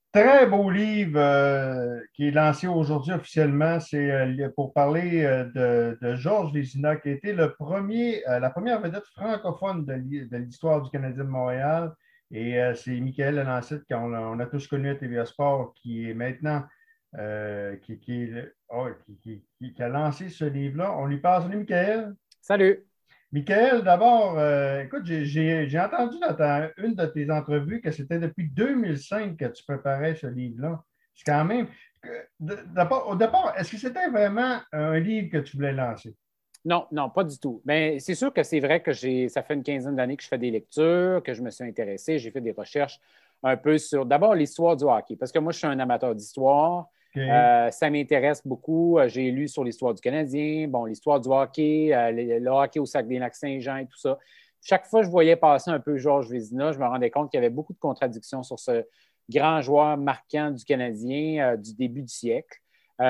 Très beau livre qui est lancé aujourd'hui officiellement. C'est pour parler de Georges Vézina, qui a été la première vedette francophone de l'histoire du Canadien de Montréal. Et c'est Michael Lancette qu'on a tous connu à TVA Sport, qui est maintenant qui a lancé ce livre-là. On lui passe. Salut, Michael. Salut. Michael, d'abord, écoute, j'ai entendu dans une de tes entrevues que c'était depuis 2005 que tu préparais ce livre-là. C'est quand même. Au départ, est-ce que c'était vraiment un livre que tu voulais lancer? Non, non, pas du tout. Mais c'est sûr que c'est vrai que ça fait une quinzaine d'années que je fais des lectures, que je me suis intéressé, j'ai fait des recherches un peu sur d'abord l'histoire du hockey, parce que moi, je suis un amateur d'histoire. OK. Ça m'intéresse beaucoup. J'ai lu sur l'histoire du Canadien, bon, l'histoire du hockey, le hockey au Saguenay-Lac-Saint-Jean et tout ça. Chaque fois que je voyais passer un peu Georges Vézina, je me rendais compte qu'il y avait beaucoup de contradictions sur ce grand joueur marquant du Canadien du début du siècle.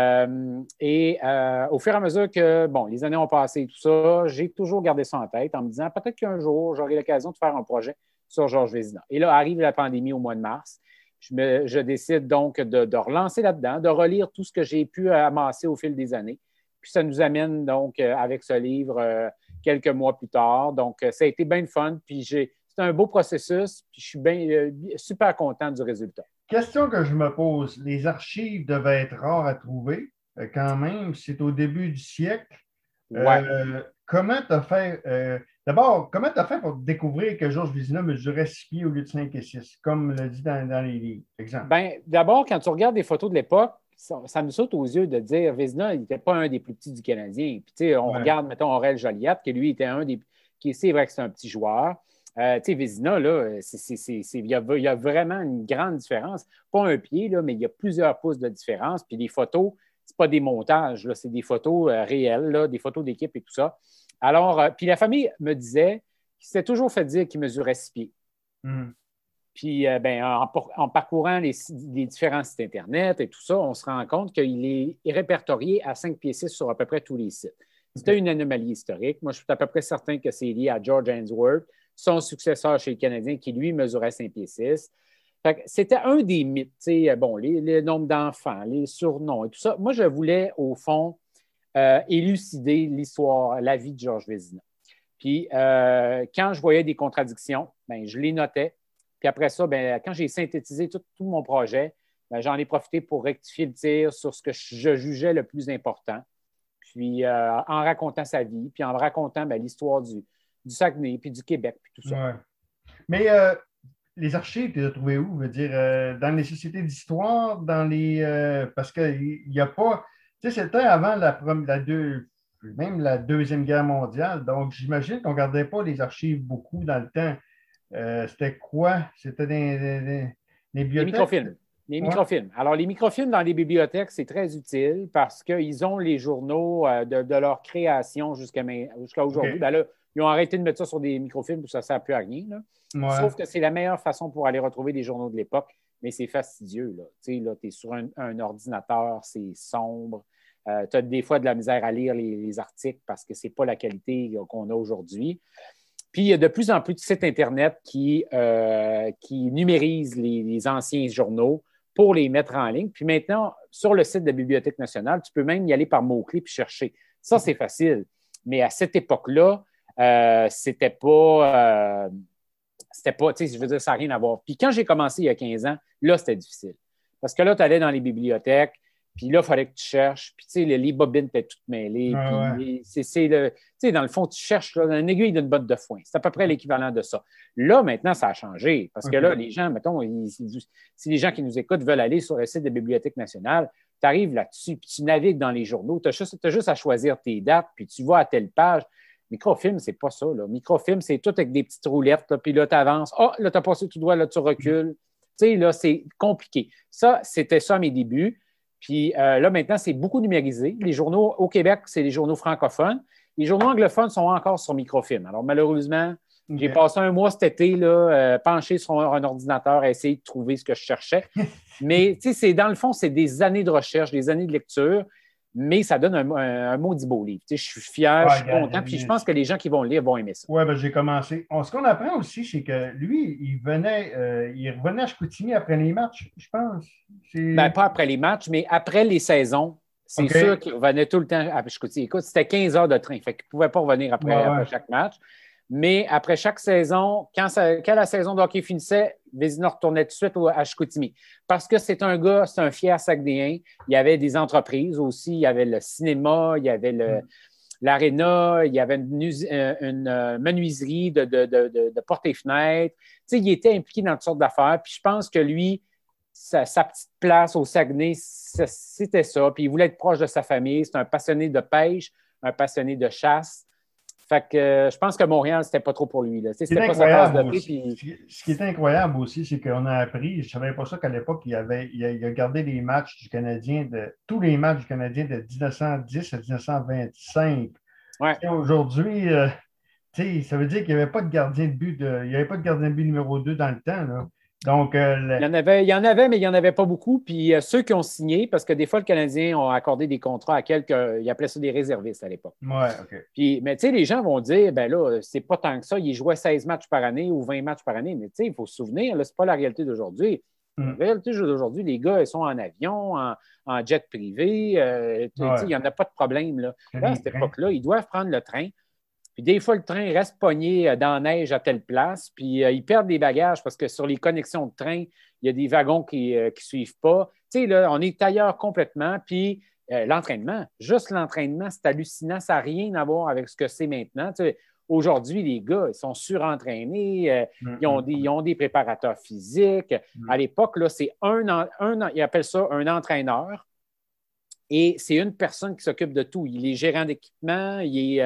Au fur et à mesure que bon, les années ont passé et tout ça, j'ai toujours gardé ça en tête en me disant peut-être qu'un jour, j'aurai l'occasion de faire un projet sur Georges Vézina. Et là, arrive la pandémie au mois de mars. Je décide donc de relancer là-dedans, de relire tout ce que j'ai pu amasser au fil des années. Puis ça nous amène donc avec ce livre quelques mois plus tard. Donc, ça a été bien le fun. Puis c'est un beau processus. Puis je suis super content du résultat. Question que je me pose, les archives devaient être rares à trouver quand même, c'est au début du siècle. Ouais. Comment tu as fait, d'abord, comment tu as fait pour découvrir que Georges Vézina mesurait 6 pieds au lieu de 5 et 6, comme le dit dans les livres? Exemple. Ben, d'abord, quand tu regardes des photos de l'époque, ça me saute aux yeux de dire Vézina, il n'était pas un des plus petits du Canadien. Puis, tu sais, on Ouais. regarde, mettons, Aurel Joliette, qui lui était un des. C'est vrai que c'est un petit joueur. Tu sais, Vézina, là, il y a vraiment une grande différence. Pas un pied, là, mais il y a plusieurs pouces de différence. Puis les photos, c'est pas des montages, là, c'est des photos réelles, là, des photos d'équipe et tout ça. Alors, puis la famille me disait qu'il s'était toujours fait dire qu'il mesurait 6 pieds. Hmm. Puis ben, en parcourant les différents sites Internet et tout ça, on se rend compte qu'il est répertorié à 5 pieds 6 sur à peu près tous les sites. C'était OK. une anomalie historique. Moi, je suis à peu près certain que c'est lié à George Ainsworth, son successeur chez le Canadien, qui lui mesurait 5 pieds 6. C'était un des mythes, bon, les nombres d'enfants, les surnoms et tout ça. Moi, je voulais, au fond, élucider l'histoire, la vie de Georges Vézina. Puis, quand je voyais des contradictions, ben, je les notais. Puis après ça, ben, quand j'ai synthétisé tout mon projet, ben, j'en ai profité pour rectifier le tir sur ce que je jugeais le plus important. Puis, en racontant sa vie, puis en racontant ben, l'histoire du Saguenay, puis du Québec, puis tout ça. Ouais. Mais les archives, tu les as trouvées où? Je veux dire, dans les sociétés d'histoire, parce qu'il n'y a pas. Tu sais, c'était avant même la Deuxième Guerre mondiale. Donc, j'imagine qu'on ne gardait pas les archives beaucoup dans le temps. C'était quoi? C'était des Les bibliothèques? microfilms. Les Ouais. microfilms. Alors, les microfilms dans les bibliothèques, c'est très utile parce qu'ils ont les journaux de leur création jusqu'à aujourd'hui. OK. Ben là, ils ont arrêté de mettre ça sur des microfilms, ça ne sert plus à rien, là. Ouais. Sauf que c'est la meilleure façon pour aller retrouver des journaux de l'époque, mais c'est fastidieux. Tu es sur un ordinateur, c'est sombre. Tu as des fois de la misère à lire les articles parce que ce n'est pas la qualité qu'on a aujourd'hui. Puis, il y a de plus en plus de sites Internet qui numérisent les anciens journaux pour les mettre en ligne. Puis maintenant, sur le site de la Bibliothèque nationale, tu peux même y aller par mots-clés puis chercher. Ça, c'est facile. Mais à cette époque-là, c'était pas, tu sais, je veux dire, ça n'a rien à voir. Puis quand j'ai commencé il y a 15 ans, là, c'était difficile. Parce que là, tu allais dans les bibliothèques, puis là, il fallait que tu cherches. Puis, tu sais, les bobines étaient toutes mêlées. Ouais, ouais. Puis, tu sais, dans le fond, tu cherches là, une aiguille d'une botte de foin. C'est à peu près l'équivalent de ça. Là, maintenant, ça a changé. Parce que là, OK. les gens, mettons, si les gens qui nous écoutent veulent aller sur le site de la Bibliothèque nationale, tu arrives là-dessus, puis tu navigues dans les journaux. Tu as juste à choisir tes dates, puis tu vas à telle page. Microfilm, c'est pas ça. Là. Microfilm, c'est tout avec des petites roulettes, là, puis là, tu avances. Ah, oh, là, tu as passé tout droit, là, tu recules. Tu sais, là, c'est compliqué. Ça, c'était ça à mes débuts. Puis là, maintenant, c'est beaucoup numérisé. Les journaux au Québec, c'est les journaux francophones. Les journaux anglophones sont encore sur microfilm. Alors, malheureusement, j'ai OK. passé un mois cet été, là, penché sur un ordinateur à essayer de trouver ce que je cherchais. Mais, tu sais, dans le fond, c'est des années de recherche, des années de lecture. mais ça donne un maudit beau livre. Tu sais, je suis fier, je suis content, puis je pense que les gens qui vont le lire vont aimer ça. Oui, ben, j'ai commencé. Ce qu'on apprend aussi, c'est que lui, il revenait à Chicoutimi après les matchs, je pense. Ben, pas après les matchs, mais après les saisons. C'est OK. sûr qu'il revenait tout le temps à Chicoutimi. Écoute, c'était 15 heures de train, fait qu'il ne pouvait pas revenir après chaque match. Mais après chaque saison, quand la saison de hockey finissait, Vézina retournait tout de suite à Chicoutimi. Parce que c'est un gars, c'est un fier Saguenayen. Il y avait des entreprises aussi. Il y avait le cinéma, il y avait l'aréna, il y avait une menuiserie de portes et fenêtres. Tu sais, il était impliqué dans toutes sortes d'affaires. Puis je pense que lui, sa petite place au Saguenay, c'était ça. Puis il voulait être proche de sa famille. C'est un passionné de pêche, un passionné de chasse. Fait que je pense que Montréal, c'était pas trop pour lui. Là. C'était pas sa tasse de thé. Puis... Ce qui est incroyable aussi, c'est qu'on a appris, je ne savais pas ça qu'à l'époque, il a gardé les matchs du Canadien, tous les matchs du Canadien de 1910 à 1925. Ouais. Aujourd'hui, ça veut dire qu'il n'y avait pas de gardien de but il n'y avait pas de gardien de but numéro 2 dans le temps. Là. Donc, il y en avait, mais il n'y en avait pas beaucoup. Puis ceux qui ont signé, parce que des fois, le Canadien a accordé des contrats à quelques, ils appelaient ça des réservistes à l'époque. Ouais, OK. Puis, mais tu sais, les gens vont dire, ben là, c'est pas tant que ça, il jouait 16 matchs par année ou 20 matchs par année. Mais tu sais, il faut se souvenir, là, c'est pas la réalité d'aujourd'hui. La réalité d'aujourd'hui, les gars, ils sont en avion, en jet privé. Il n'y en a pas de problème. Là, à cette époque-là, ils doivent prendre le train. Puis des fois, le train reste pogné dans la neige à telle place, puis ils perdent des bagages parce que sur les connexions de train, il y a des wagons qui ne suivent pas. Tu sais, là, on est ailleurs complètement, puis l'entraînement, juste l'entraînement, c'est hallucinant, ça n'a rien à voir avec ce que c'est maintenant. Tu sais, aujourd'hui, les gars, ils sont surentraînés, ils ont des préparateurs physiques. À l'époque, là, c'est ils appellent ça un entraîneur. Et c'est une personne qui s'occupe de tout. Il est gérant d'équipement, il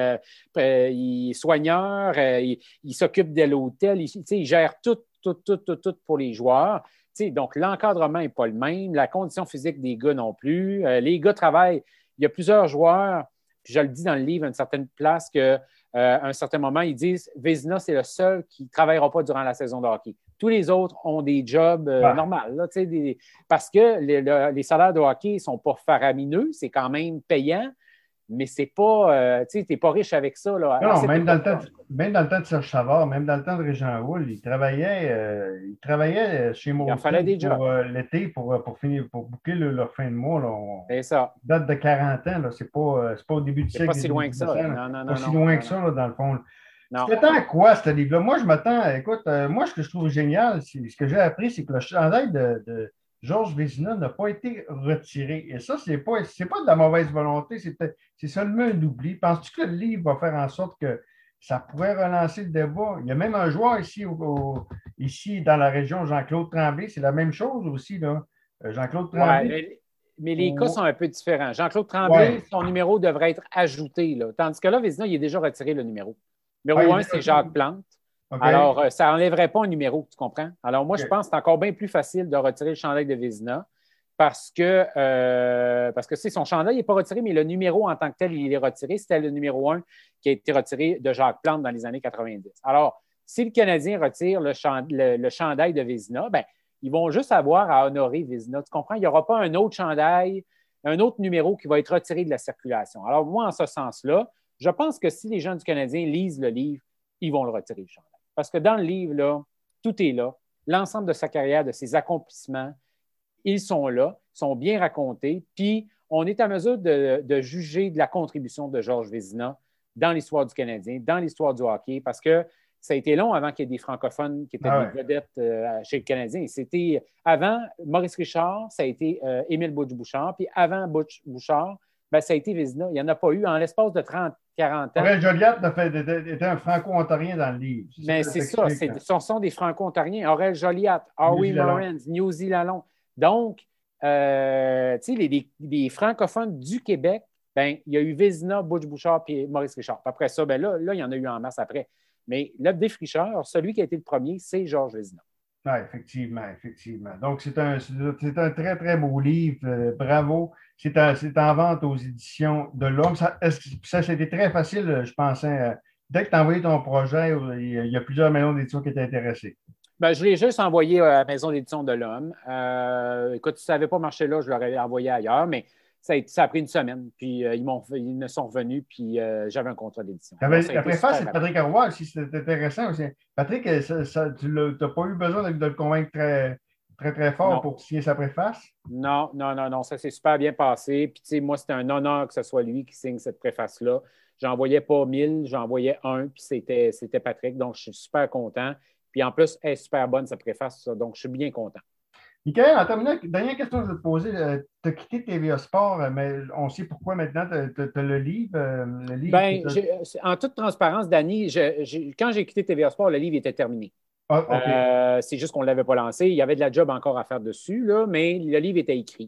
est soigneur, il s'occupe de l'hôtel, il gère tout pour les joueurs. Donc, l'encadrement n'est pas le même, la condition physique des gars non plus. Les gars travaillent. Il y a plusieurs joueurs, puis je le dis dans le livre à une certaine place qu'à un certain moment, ils disent Vézina, c'est le seul qui ne travaillera pas durant la saison de hockey. Tous les autres ont des jobs normaux, là, parce que les salaires de hockey ne sont pas faramineux, c'est quand même payant, mais c'est pas, tu n'es pas riche avec ça. Là, non, même dans le temps de Serge Savard, même dans le temps de Régent Houle, il travaillait chez Moto pour l'été pour finir, pour boucler leur fin de mois. C'est ça. Date de 40 ans, c'est pas au début du siècle. C'est pas si loin que ça. Non, pas si loin que ça, là, dans le fond. Non. Tu t'attends à quoi, ce livre-là? Moi, je m'attends, écoute, moi, ce que je trouve génial, ce que j'ai appris, c'est que le chandail de Georges Vézina n'a pas été retiré. Et ça, c'est pas de la mauvaise volonté, c'est seulement un oubli. Penses-tu que le livre va faire en sorte que ça pourrait relancer le débat? Il y a même un joueur ici dans la région, Jean-Claude Tremblay, c'est la même chose aussi, là. Jean-Claude Tremblay. Ouais, mais les cas sont un peu différents. Jean-Claude Tremblay, son numéro devrait être ajouté, là. Tandis que là, Vézina, il est déjà retiré le numéro. Numéro 1, c'est Jacques Plante. Okay. Alors, ça n'enlèverait pas un numéro, tu comprends? Alors, moi, je pense que c'est encore bien plus facile de retirer le chandail de Vézina parce que son chandail n'est pas retiré, mais le numéro en tant que tel, il est retiré. C'était le numéro 1 qui a été retiré de Jacques Plante dans les années 90. Alors, si le Canadien retire le chandail de Vézina, ben, ils vont juste avoir à honorer Vézina. Tu comprends? Il n'y aura pas un autre chandail, un autre numéro qui va être retiré de la circulation. Alors, moi, en ce sens-là, je pense que si les gens du Canadien lisent le livre, ils vont le retirer, le chandail. Parce que dans le livre, là, tout est là. L'ensemble de sa carrière, de ses accomplissements, ils sont là, sont bien racontés. Puis, on est à mesure de juger de la contribution de Georges Vézina dans l'histoire du Canadien, dans l'histoire du hockey, parce que ça a été long avant qu'il y ait des francophones qui étaient des vedettes chez le Canadien. C'était avant Maurice Richard, ça a été Émile Butch-Bouchard, puis avant Butch-Bouchard, ben, ça a été Vézina. Il n'y en a pas eu en l'espace de 30-40 ans. Aurel Joliat était un franco-ontarien dans le livre. Mais c'est ça, ce sont des franco-ontariens. Aurel Joliat, Howie Morans, Newsy Lalonde. Donc, tu sais, les francophones du Québec, ben, il y a eu Vézina, Butch-Bouchard et Maurice Richard. Puis après ça, ben là, il y en a eu en masse après. Mais le défricheur, celui qui a été le premier, c'est Georges Vézina. Oui, effectivement. Donc, c'est un très, très beau livre. Bravo. C'est en vente aux éditions de l'Homme. Ça a été très facile, je pensais. Dès que tu as envoyé ton projet, il y a plusieurs maisons d'édition qui étaient intéressées. Ben, je l'ai juste envoyé à la maison d'édition de l'Homme. Écoute, si ça n'avait pas marché là, je l'aurais envoyé ailleurs, mais ça a pris une semaine, puis ils me sont revenus, puis j'avais un contrat d'édition. La préface, c'est Patrick Roy aussi, c'est intéressant aussi. Patrick, tu n'as pas eu besoin de le convaincre très, très, très fort pour signer sa préface? Non, ça s'est super bien passé. Puis, tu sais, moi, c'était un honneur que ce soit lui qui signe cette préface-là. J'en voyais pas 1000, j'en voyais un, puis c'était Patrick. Donc, je suis super content. Puis, en plus, elle est super bonne, cette préface, donc je suis bien content. Michael, en terminant, dernière question que je vais te poser. Tu as quitté TVA Sport, mais on sait pourquoi maintenant. Tu as le livre. Ben, en toute transparence, Danny, quand j'ai quitté TVA Sport, le livre était terminé. Ah, OK. C'est juste qu'on ne l'avait pas lancé. Il y avait de la job encore à faire dessus, là, mais le livre était écrit.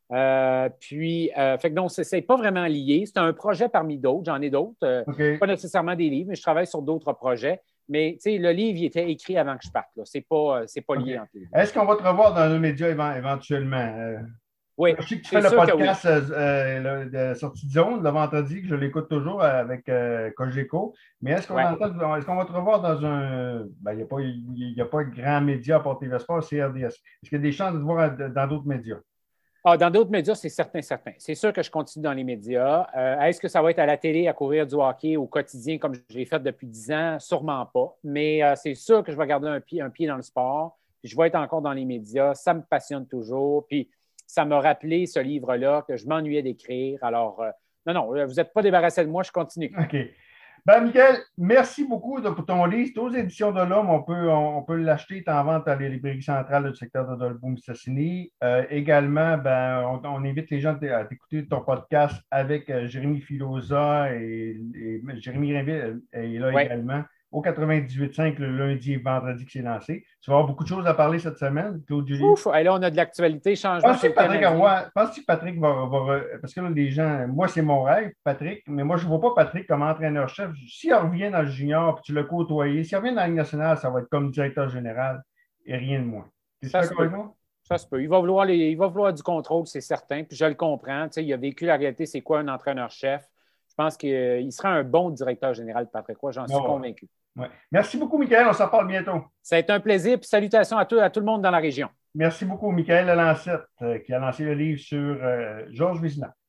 Fait que donc, c'est pas vraiment lié. C'est un projet parmi d'autres. J'en ai d'autres. OK. Pas nécessairement des livres, mais je travaille sur d'autres projets. Mais le livre, il était écrit avant que je parte. C'est pas lié entre les deux. Est-ce qu'on va te revoir dans nos médias éventuellement? Oui. Je sais que tu fais le podcast de Sortie de zone le vendredi, que je l'écoute toujours avec Cogeco. Mais est-ce qu'on va te revoir dans un. Ben, il n'y a pas de grand média à porter Vesport, c'est RDS. Est-ce qu'il y a des chances de te voir dans d'autres médias? Dans d'autres médias, c'est certain. C'est sûr que je continue dans les médias. Est-ce que ça va être à la télé, à couvrir du hockey au quotidien comme je l'ai fait depuis 10 ans? Sûrement pas. Mais c'est sûr que je vais garder un pied dans le sport. Puis je vais être encore dans les médias. Ça me passionne toujours. Puis ça m'a rappelé ce livre-là que je m'ennuyais d'écrire. Alors, non, vous n'êtes pas débarrassé de moi, je continue. OK. Ben, Michael, merci beaucoup pour ton livre. C'est aux Éditions de l'Homme. On peut l'acheter, en vente à les librairies centrales du secteur de Dolbeau-Mistassini. Également, on invite les gens à t'écouter ton podcast avec Jérémy Filosa et Jérémy Rainville est là également. Au 98.5 le lundi et vendredi qui s'est lancé. Tu vas avoir beaucoup de choses à parler cette semaine, Claude Julien. Ouf, là, on a de l'actualité, changement. Penses-tu que Patrick va. Parce que là, les gens, moi, c'est mon rêve, Patrick, mais moi, je ne vois pas Patrick comme entraîneur-chef. S'il revient dans le junior, puis tu l'as côtoyé, s'il revient dans la Ligue nationale, ça va être comme directeur général et rien de moins. Tu es d'accord avec moi? Ça se peut. Il va vouloir du contrôle, c'est certain. Puis je le comprends. Tu sais, il a vécu la réalité, c'est quoi un entraîneur-chef. Je pense qu'il sera un bon directeur général, Patrick Roy. J'en suis convaincu. Ouais. Merci beaucoup, Michael. On s'en parle bientôt. Ça a été un plaisir. Puis salutations à tout le monde dans la région. Merci beaucoup, Michael Lalancette, qui a lancé le livre sur Georges Vézina.